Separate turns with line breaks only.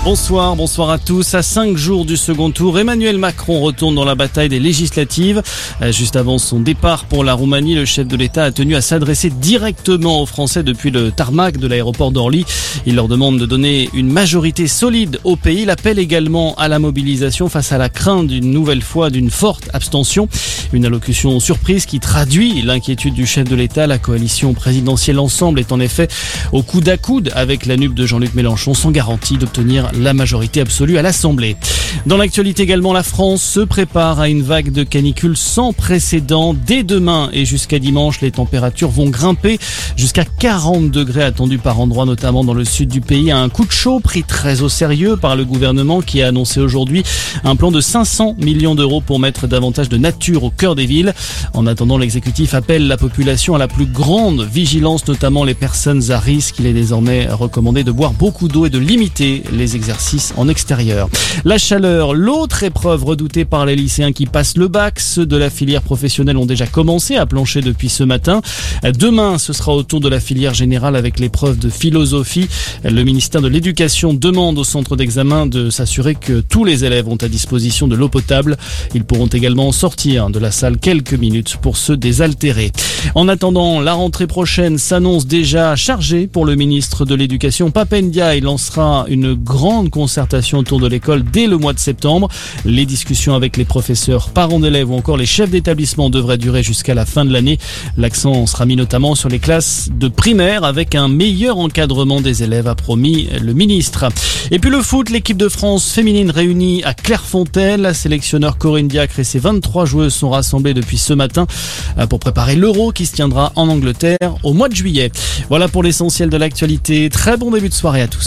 Bonsoir à tous. À 5 jours du second tour, Emmanuel Macron retourne dans la bataille des législatives. Juste avant son départ pour la Roumanie, le chef de l'État a tenu à s'adresser directement aux Français depuis le tarmac de l'aéroport d'Orly. Il leur demande de donner une majorité solide au pays. Il appelle également à la mobilisation face à la crainte d'une nouvelle fois d'une forte abstention. Une allocution surprise qui traduit l'inquiétude du chef de l'État. La coalition présidentielle Ensemble est en effet au coude à coude avec la NUP de Jean-Luc Mélenchon, sans garantie d'obtenir la majorité absolue à l'Assemblée. Dans l'actualité également, la France se prépare à une vague de canicule sans précédent. Dès demain et jusqu'à dimanche, les températures vont grimper jusqu'à 40 degrés attendus par endroits, notamment dans le sud du pays. Un coup de chaud pris très au sérieux par le gouvernement qui a annoncé aujourd'hui un plan de 500 millions d'euros pour mettre davantage de nature au cœur des villes. En attendant, l'exécutif appelle la population à la plus grande vigilance, notamment les personnes à risque. Il est désormais recommandé de boire beaucoup d'eau et de limiter les exercices en extérieur. La chaleur, l'autre épreuve redoutée par les lycéens qui passent le bac. Ceux de la filière professionnelle ont déjà commencé à plancher depuis ce matin. Demain, ce sera au tour de la filière générale avec l'épreuve de philosophie. Le ministère de l'Éducation demande au centre d'examen de s'assurer que tous les élèves ont à disposition de l'eau potable. Ils pourront également sortir de la salle quelques minutes pour se désaltérer. En attendant, la rentrée prochaine s'annonce déjà chargée pour le ministre de l'Éducation. Pape Ndiaye lancera une grande concertation autour de l'école dès le mois de septembre. Les discussions avec les professeurs, parents d'élèves ou encore les chefs d'établissement devraient durer jusqu'à la fin de l'année. L'accent sera mis notamment sur les classes de primaire avec un meilleur encadrement des élèves, a promis le ministre. Et puis le foot, l'équipe de France féminine réunie à Clairefontaine. La sélectionneur Corinne Diacre et ses 23 joueuses sont rassemblées depuis ce matin pour préparer l'Euro qui se tiendra en Angleterre au mois de juillet. Voilà pour l'essentiel de l'actualité. Très bon début de soirée à tous.